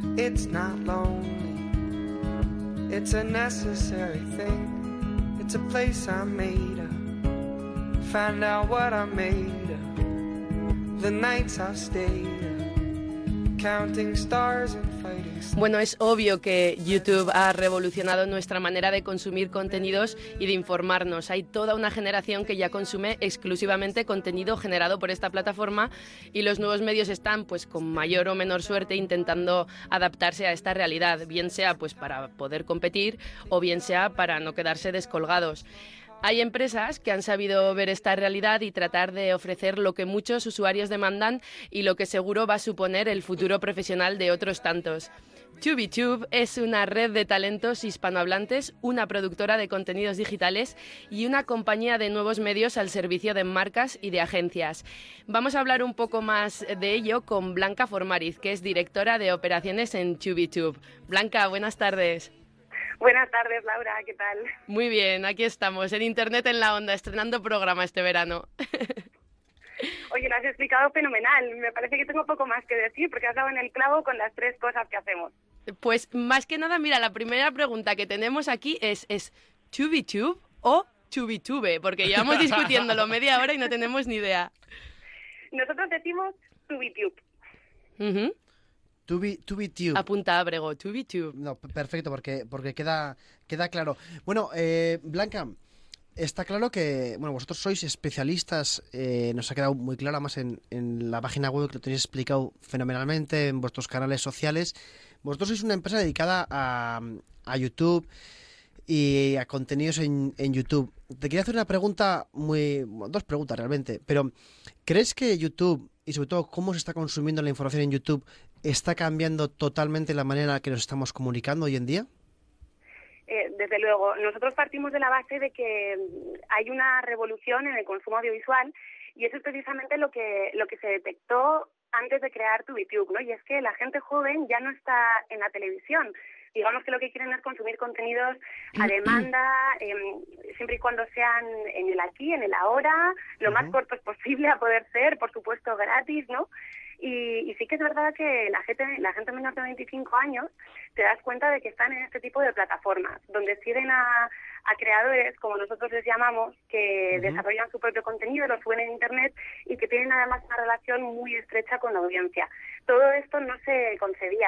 It's not lonely, it's a necessary thing. It's a place I made up, find out what I made of, the nights I've stayed up, counting stars and fighting stars. Bueno, es obvio que YouTube ha revolucionado nuestra manera de consumir contenidos y de informarnos. Hay toda una generación que ya consume exclusivamente contenido generado por esta plataforma y los nuevos medios están, pues, con mayor o menor suerte intentando adaptarse a esta realidad, bien sea pues para poder competir o bien sea para no quedarse descolgados. Hay empresas que han sabido ver esta realidad y tratar de ofrecer lo que muchos usuarios demandan y lo que seguro va a suponer el futuro profesional de otros tantos. TubiTube es una red de talentos hispanohablantes, una productora de contenidos digitales y una compañía de nuevos medios al servicio de marcas y de agencias. Vamos a hablar un poco más de ello con Blanca Formariz, que es directora de operaciones en TubiTube. Blanca, buenas tardes. Buenas tardes, Laura, ¿qué tal? Muy bien, aquí estamos, en Internet en la Onda, estrenando programa este verano. Oye, lo has explicado fenomenal. Me parece que tengo poco más que decir porque has dado en el clavo con las tres cosas que hacemos. Pues más que nada, mira, la primera pregunta que tenemos aquí es ¿TubiTube o TubiTube? Porque llevamos discutiéndolo media hora y no tenemos ni idea. Nosotros decimos TubiTube. Uh-huh. TubiTube. Apunta, Abrego, TubiTube. No, perfecto, porque queda claro. Bueno, Blanca, está claro que vosotros sois especialistas, nos ha quedado muy claro, además en la página web que lo tenéis explicado fenomenalmente, en vuestros canales sociales. Vosotros sois una empresa dedicada a YouTube y a contenidos en YouTube. Te quería hacer una pregunta, dos preguntas realmente, pero ¿crees que YouTube, y sobre todo cómo se está consumiendo la información en YouTube, está cambiando totalmente la manera en la que nos estamos comunicando hoy en día? Desde luego, nosotros partimos de la base de que hay una revolución en el consumo audiovisual y eso es precisamente lo que se detectó antes de crear TubiTube, ¿no? Y es que la gente joven ya no está en la televisión. Digamos que lo que quieren es consumir contenidos a demanda, siempre y cuando sean en el aquí, en el ahora, lo más cortos posible a poder ser, por supuesto gratis, ¿no? Y sí que es verdad que la gente menor de 25 años te das cuenta de que están en este tipo de plataformas, donde siguen a creadores, como nosotros les llamamos, que desarrollan su propio contenido, lo suben en Internet y que tienen además una relación muy estrecha con la audiencia. Todo esto no se concebía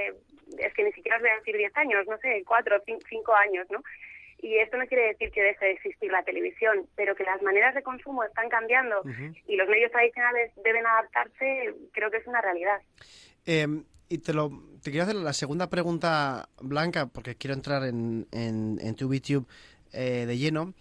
es que ni siquiera os voy a decir 10 años, no sé, 4 o 5 años, ¿no? Y esto no quiere decir que deje de existir la televisión, pero que las maneras de consumo están cambiando y los medios tradicionales deben adaptarse, creo que es una realidad. Y te quiero hacer la segunda pregunta, Blanca, porque quiero entrar en TubiTube de lleno.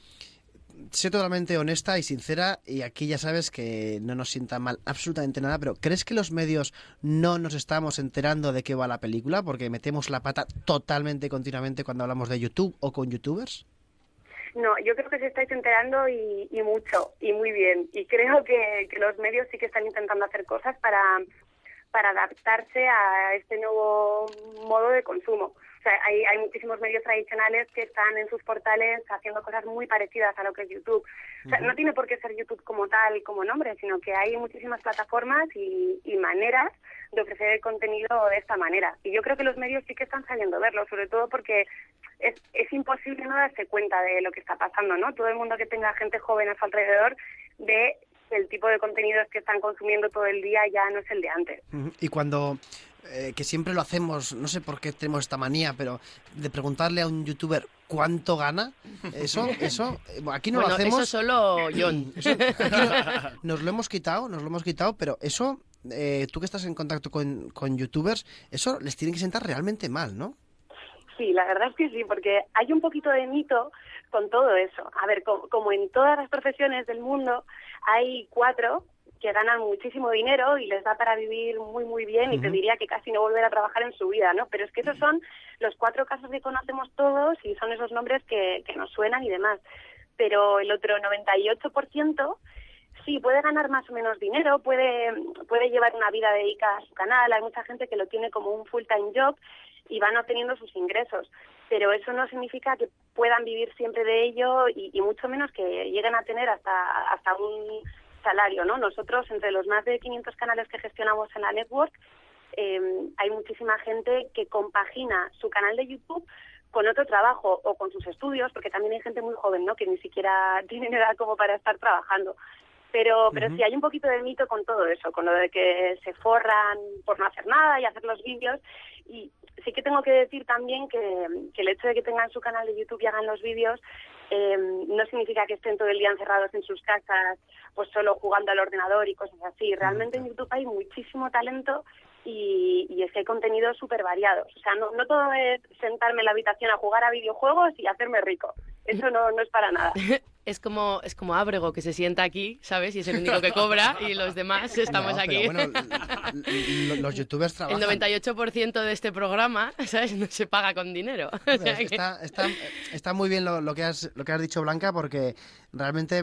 Sé totalmente honesta y sincera, y aquí ya sabes que no nos sienta mal absolutamente nada, pero ¿crees que los medios no nos estamos enterando de qué va la película? Porque metemos la pata totalmente continuamente cuando hablamos de YouTube o con youtubers. No, yo creo que se estáis enterando y mucho, y muy bien. Y creo que los medios sí que están intentando hacer cosas para adaptarse a este nuevo modo de consumo. O sea, hay muchísimos medios tradicionales que están en sus portales haciendo cosas muy parecidas a lo que es YouTube. O sea, no tiene por qué ser YouTube como tal, como nombre, sino que hay muchísimas plataformas y maneras de ofrecer el contenido de esta manera. Y yo creo que los medios sí que están sabiendo verlo, sobre todo porque es imposible no darse cuenta de lo que está pasando, ¿no? Todo el mundo que tenga gente joven a su alrededor ve el tipo de contenidos que están consumiendo todo el día ya no es el de antes. Y cuando que siempre lo hacemos, no sé por qué tenemos esta manía, pero de preguntarle a un youtuber cuánto gana, eso aquí no lo hacemos. Eso solo John. Nos lo hemos quitado, pero eso, tú que estás en contacto con youtubers, eso les tiene que sentar realmente mal, ¿no? Sí, la verdad es que sí, porque hay un poquito de mito con todo eso. A ver, como en todas las profesiones del mundo, hay 4 que ganan muchísimo dinero y les da para vivir muy, muy bien y te diría que casi no volver a trabajar en su vida, ¿no? Pero es que esos son los 4 casos que conocemos todos y son esos nombres que nos suenan y demás. Pero el otro 98% sí puede ganar más o menos dinero, puede llevar una vida dedicada a su canal. Hay mucha gente que lo tiene como un full-time job y van obteniendo sus ingresos. Pero eso no significa que puedan vivir siempre de ello y mucho menos que lleguen a tener hasta un salario, ¿no? Nosotros, entre los más de 500 canales que gestionamos en la network, hay muchísima gente que compagina su canal de YouTube con otro trabajo o con sus estudios, porque también hay gente muy joven, ¿no?, que ni siquiera tienen edad como para estar trabajando. Pero sí hay un poquito de mito con todo eso, con lo de que se forran por no hacer nada y hacer los vídeos. Y sí que tengo que decir también que el hecho de que tengan su canal de YouTube y hagan los vídeos no significa que estén todo el día encerrados en sus casas, pues solo jugando al ordenador y cosas así. Realmente en YouTube hay muchísimo talento y es que hay contenidos súper variados. O sea, no todo es sentarme en la habitación a jugar a videojuegos y hacerme rico. Eso no es para nada. Es como Ábrego, que se sienta aquí, ¿sabes? Y es el único que cobra y los demás estamos aquí. Bueno, los youtubers trabajan. El 98% de este programa, ¿sabes?, no se paga con dinero. O sea que... Está muy bien lo que has dicho, Blanca, porque realmente,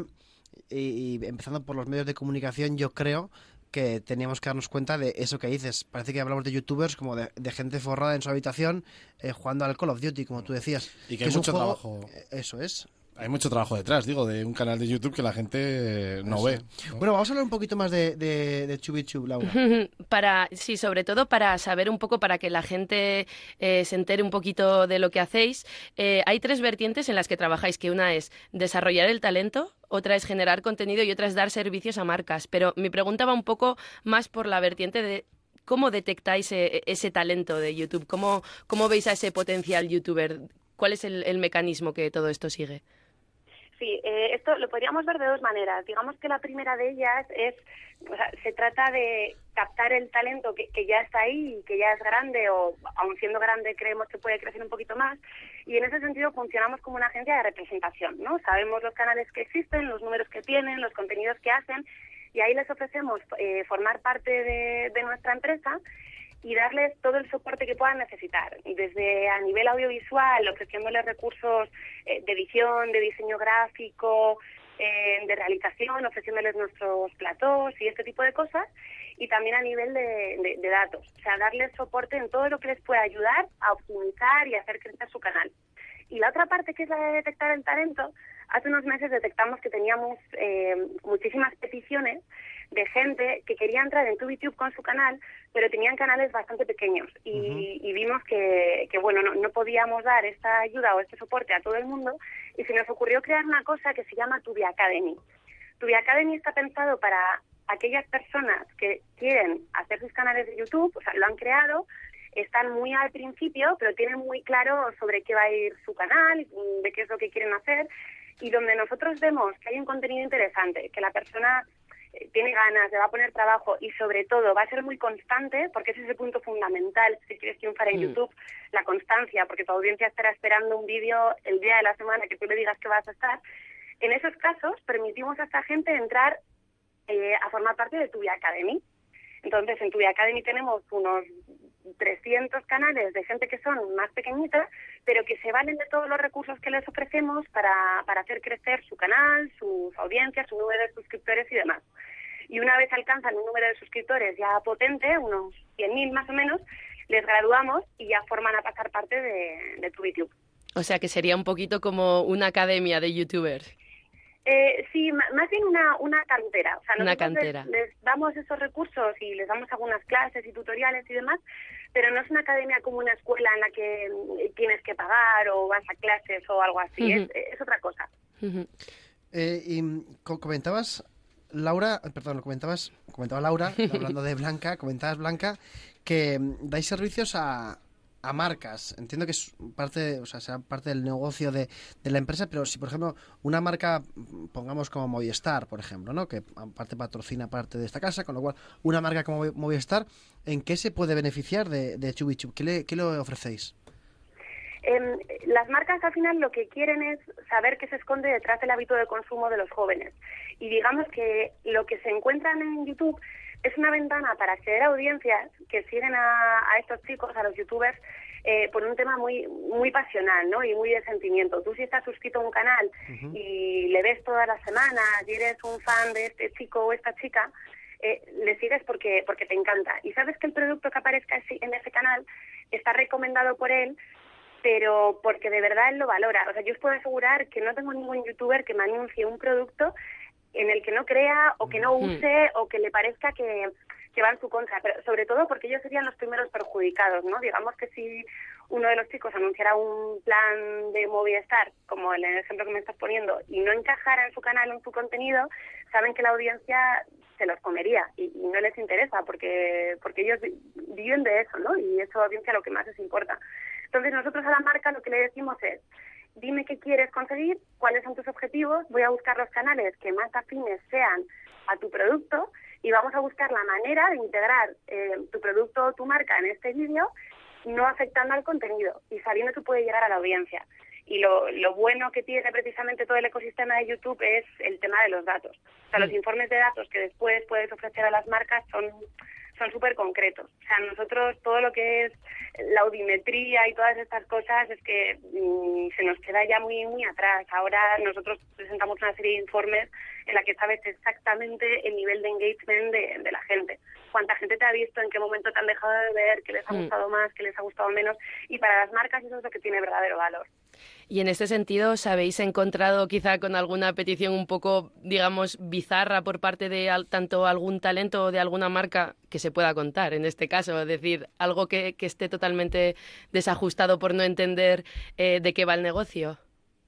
y empezando por los medios de comunicación, yo creo que teníamos que darnos cuenta de eso que dices. Parece que hablamos de youtubers como de gente forrada en su habitación jugando al Call of Duty, como tú decías. Y que hay mucho trabajo. Eso es. Hay mucho trabajo detrás, digo, de un canal de YouTube que la gente no ve, ¿no? Bueno, vamos a hablar un poquito más de ChubiTube, Laura. Sí, sobre todo para saber un poco, para que la gente se entere un poquito de lo que hacéis. Hay 3 vertientes en las que trabajáis, que una es desarrollar el talento, otra es generar contenido y otra es dar servicios a marcas. Pero mi pregunta va un poco más por la vertiente de cómo detectáis ese talento de YouTube, cómo veis a ese potencial youtuber, cuál es el mecanismo que todo esto sigue. Sí, esto lo podríamos ver de 2 maneras. Digamos que la primera de ellas se trata de captar el talento que ya está ahí y que ya es grande, o aun siendo grande creemos que puede crecer un poquito más, y en ese sentido funcionamos como una agencia de representación, ¿no? Sabemos los canales que existen, los números que tienen, los contenidos que hacen, y ahí les ofrecemos formar parte de nuestra empresa y darles todo el soporte que puedan necesitar, desde a nivel audiovisual, ofreciéndoles recursos de edición, de diseño gráfico, de realización, ofreciéndoles nuestros platós y este tipo de cosas, y también a nivel de datos, o sea, darles soporte en todo lo que les pueda ayudar a optimizar y hacer crecer su canal. Y la otra parte, que es la de detectar el talento, hace unos meses detectamos que teníamos muchísimas peticiones de gente que quería entrar en TubiTube con su canal, pero tenían canales bastante pequeños y vimos que bueno, no podíamos dar esta ayuda o este soporte a todo el mundo, y se nos ocurrió crear una cosa que se llama Tubi Academy. Tubi Academy está pensado para aquellas personas que quieren hacer sus canales de YouTube, o sea, lo han creado, están muy al principio, pero tienen muy claro sobre qué va a ir su canal, de qué es lo que quieren hacer, y donde nosotros vemos que hay un contenido interesante, que la persona tiene ganas, le va a poner trabajo y sobre todo va a ser muy constante, porque ese es el punto fundamental si quieres triunfar en YouTube, la constancia, porque tu audiencia estará esperando un vídeo el día de la semana que tú le digas que vas a estar. En esos casos permitimos a esta gente entrar a formar parte de Tubi Academy. Entonces en Tubi Academy tenemos unos 300 canales de gente que son más pequeñitas, pero que se valen de todos los recursos que les ofrecemos para hacer crecer su canal, sus audiencias, su número de suscriptores y demás. Y una vez alcanzan un número de suscriptores ya potente, unos 100.000 más o menos, les graduamos y ya forman a pasar parte de TubiTube. O sea que sería un poquito como una academia de youtubers. Sí, más bien una cantera. O sea, una cantera. Les damos esos recursos y les damos algunas clases y tutoriales y demás, pero no es una academia como una escuela en la que tienes que pagar o vas a clases o algo así. Es otra cosa. Y comentabas, Laura, comentaba Laura, hablando de Blanca, comentabas, Blanca, que dais servicios a marcas. Entiendo que es parte, o sea, sea parte del negocio de la empresa, pero si, por ejemplo, una marca, pongamos como Movistar, por ejemplo, ¿no?, que aparte patrocina parte de esta casa, con lo cual, una marca como Movistar, ¿en qué se puede beneficiar de ChubiTube? ¿Qué le ofrecéis? Las marcas al final lo que quieren es saber qué se esconde detrás del hábito de consumo de los jóvenes. Y digamos que lo que se encuentran en YouTube es una ventana para acceder a audiencias que siguen a estos chicos, a los youtubers, por un tema muy muy pasional, ¿no?, y muy de sentimiento. Tú, si estás suscrito a un canal y le ves todas las semanas y eres un fan de este chico o esta chica, le sigues porque te encanta. Y sabes que el producto que aparezca en ese canal está recomendado por él, pero porque de verdad él lo valora. O sea, yo os puedo asegurar que no tengo ningún youtuber que me anuncie un producto en el que no crea o que no use o que le parezca que va en su contra, pero sobre todo porque ellos serían los primeros perjudicados, ¿no? Digamos que si uno de los chicos anunciara un plan de Movistar, como en el ejemplo que me estás poniendo, y no encajara en su canal o en su contenido, saben que la audiencia se los comería y no les interesa porque ellos viven de eso, ¿no? Y eso audiencia lo que más les importa. Entonces nosotros a la marca lo que le decimos es: dime qué quieres conseguir, cuáles son tus objetivos, voy a buscar los canales que más afines sean a tu producto y vamos a buscar la manera de integrar tu producto o tu marca en este vídeo, no afectando al contenido y sabiendo que puede llegar a la audiencia. Y lo bueno que tiene precisamente todo el ecosistema de YouTube es el tema de los datos. O sea, los informes de datos que después puedes ofrecer a las marcas son súper concretos. O sea, nosotros todo lo que es la audiometría y todas estas cosas es que se nos queda ya muy muy atrás. Ahora nosotros presentamos una serie de informes en la que sabes exactamente el nivel de engagement de la gente. Cuánta gente te ha visto, en qué momento te han dejado de ver, qué les ha gustado más, qué les ha gustado menos. Y para las marcas eso es lo que tiene verdadero valor. Y en este sentido, ¿os habéis encontrado quizá con alguna petición un poco, digamos, bizarra por parte de tanto algún talento o de alguna marca que se pueda contar en este caso? Es decir, algo que esté totalmente desajustado por no entender de qué va el negocio.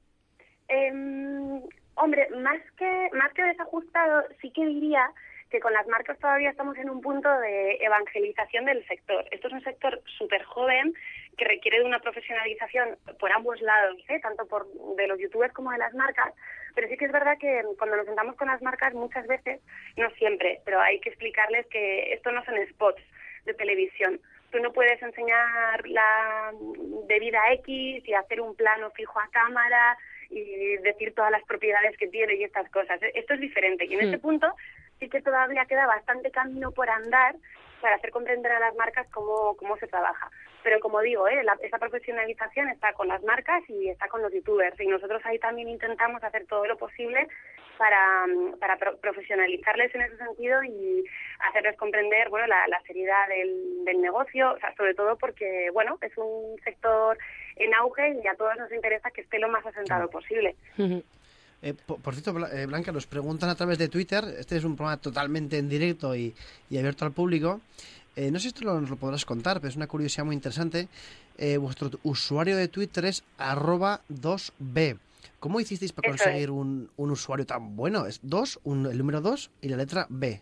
Hombre, más que desajustado, sí que diría que con las marcas todavía estamos en un punto de evangelización del sector. Esto es un sector súper joven que requiere de una profesionalización por ambos lados, tanto de los youtubers como de las marcas, pero sí que es verdad que cuando nos sentamos con las marcas muchas veces, no siempre, pero hay que explicarles que esto no son spots de televisión. Tú no puedes enseñar la bebida X y hacer un plano fijo a cámara y decir todas las propiedades que tiene y estas cosas. Esto es diferente y en este punto sí que todavía queda bastante camino por andar para hacer comprender a las marcas cómo se trabaja. Pero como digo, esa profesionalización está con las marcas y está con los youtubers. Y nosotros ahí también intentamos hacer todo lo posible para profesionalizarles en ese sentido y hacerles comprender, bueno, la seriedad del negocio, o sea, sobre todo porque, bueno, es un sector en auge y a todos nos interesa que esté lo más asentado posible. Por cierto, Blanca, nos preguntan a través de Twitter, este es un programa totalmente en directo y abierto al público, no sé si esto nos lo podrás contar, pero es una curiosidad muy interesante. Vuestro usuario de Twitter es @2b. ¿Cómo hicisteis para conseguir un usuario tan bueno? Es 2, el número 2 y la letra B.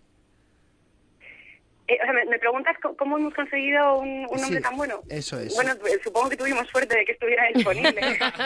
O sea, me preguntas cómo hemos conseguido un nombre tan bueno. Eso es. Bueno, supongo que tuvimos suerte de que estuviera disponible.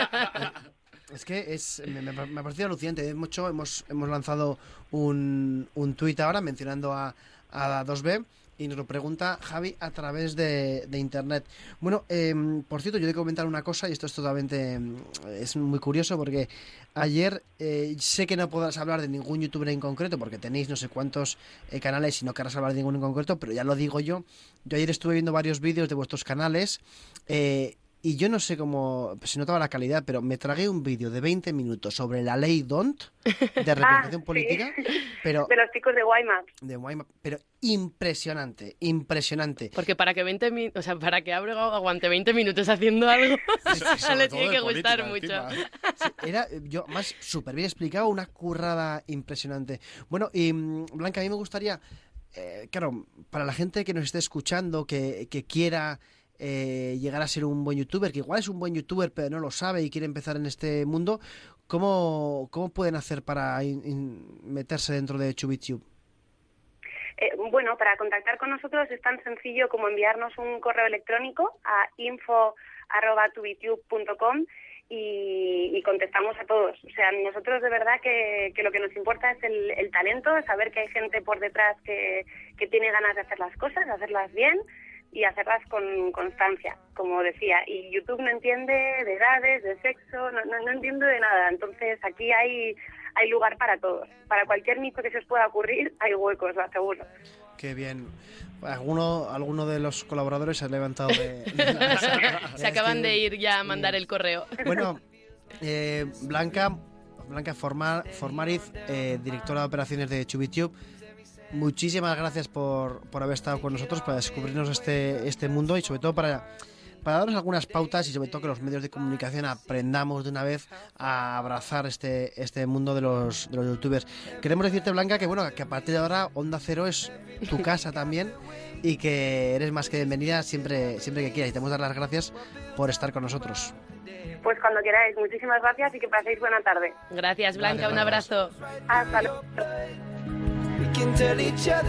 Es que me ha parecido alucinante. De hecho, hemos lanzado un tuit ahora mencionando a 2B y nos lo pregunta Javi a través de internet. Bueno, por cierto, yo he de comentar una cosa y esto es totalmente... es muy curioso porque ayer sé que no podrás hablar de ningún youtuber en concreto porque tenéis no sé cuántos canales y no querrás hablar de ninguno en concreto, pero ya lo digo yo. Yo ayer estuve viendo varios vídeos de vuestros canales y yo no sé cómo se notaba la calidad, pero me tragué un vídeo de 20 minutos sobre la ley DONT de representación política, pero de los chicos de YMAP. Pero impresionante. Porque para que para que Ábrego aguante 20 minutos haciendo algo, le tiene que gustar mucho. Sí, era yo más súper bien explicado, una currada impresionante. Bueno, y Blanca, a mí me gustaría, claro, para la gente que nos esté escuchando, que quiera llegar a ser un buen youtuber, que igual es un buen youtuber pero no lo sabe y quiere empezar en este mundo, ¿cómo pueden hacer para meterse dentro de ChubiTube? Bueno, para contactar con nosotros es tan sencillo como enviarnos un correo electrónico a info@tubitube.com y contestamos a todos. O sea, nosotros de verdad que lo que nos importa es el talento, saber que hay gente por detrás que tiene ganas de hacer las cosas, de hacerlas bien y hacerlas con constancia, como decía. Y YouTube no entiende de edades, de sexo, no entiende de nada. Entonces aquí hay lugar para todos. Para cualquier nicho que se os pueda ocurrir, hay huecos, lo aseguro. Qué bien. Alguno de los colaboradores se ha levantado de se acaban de ir ya a mandar el correo. Bueno, Blanca Formariz, directora de operaciones de ChubiTube, muchísimas gracias por haber estado con nosotros, para descubrirnos este mundo y sobre todo para para darnos algunas pautas y sobre todo que los medios de comunicación aprendamos de una vez a abrazar este mundo de los youtubers. Queremos decirte, Blanca, que bueno, que a partir de ahora Onda Cero es tu casa también y que eres más que bienvenida siempre que quieras, y te queremos dar las gracias por estar con nosotros. Pues cuando queráis, muchísimas gracias y que paséis buena tarde. Gracias, Blanca, un abrazo. Hasta luego.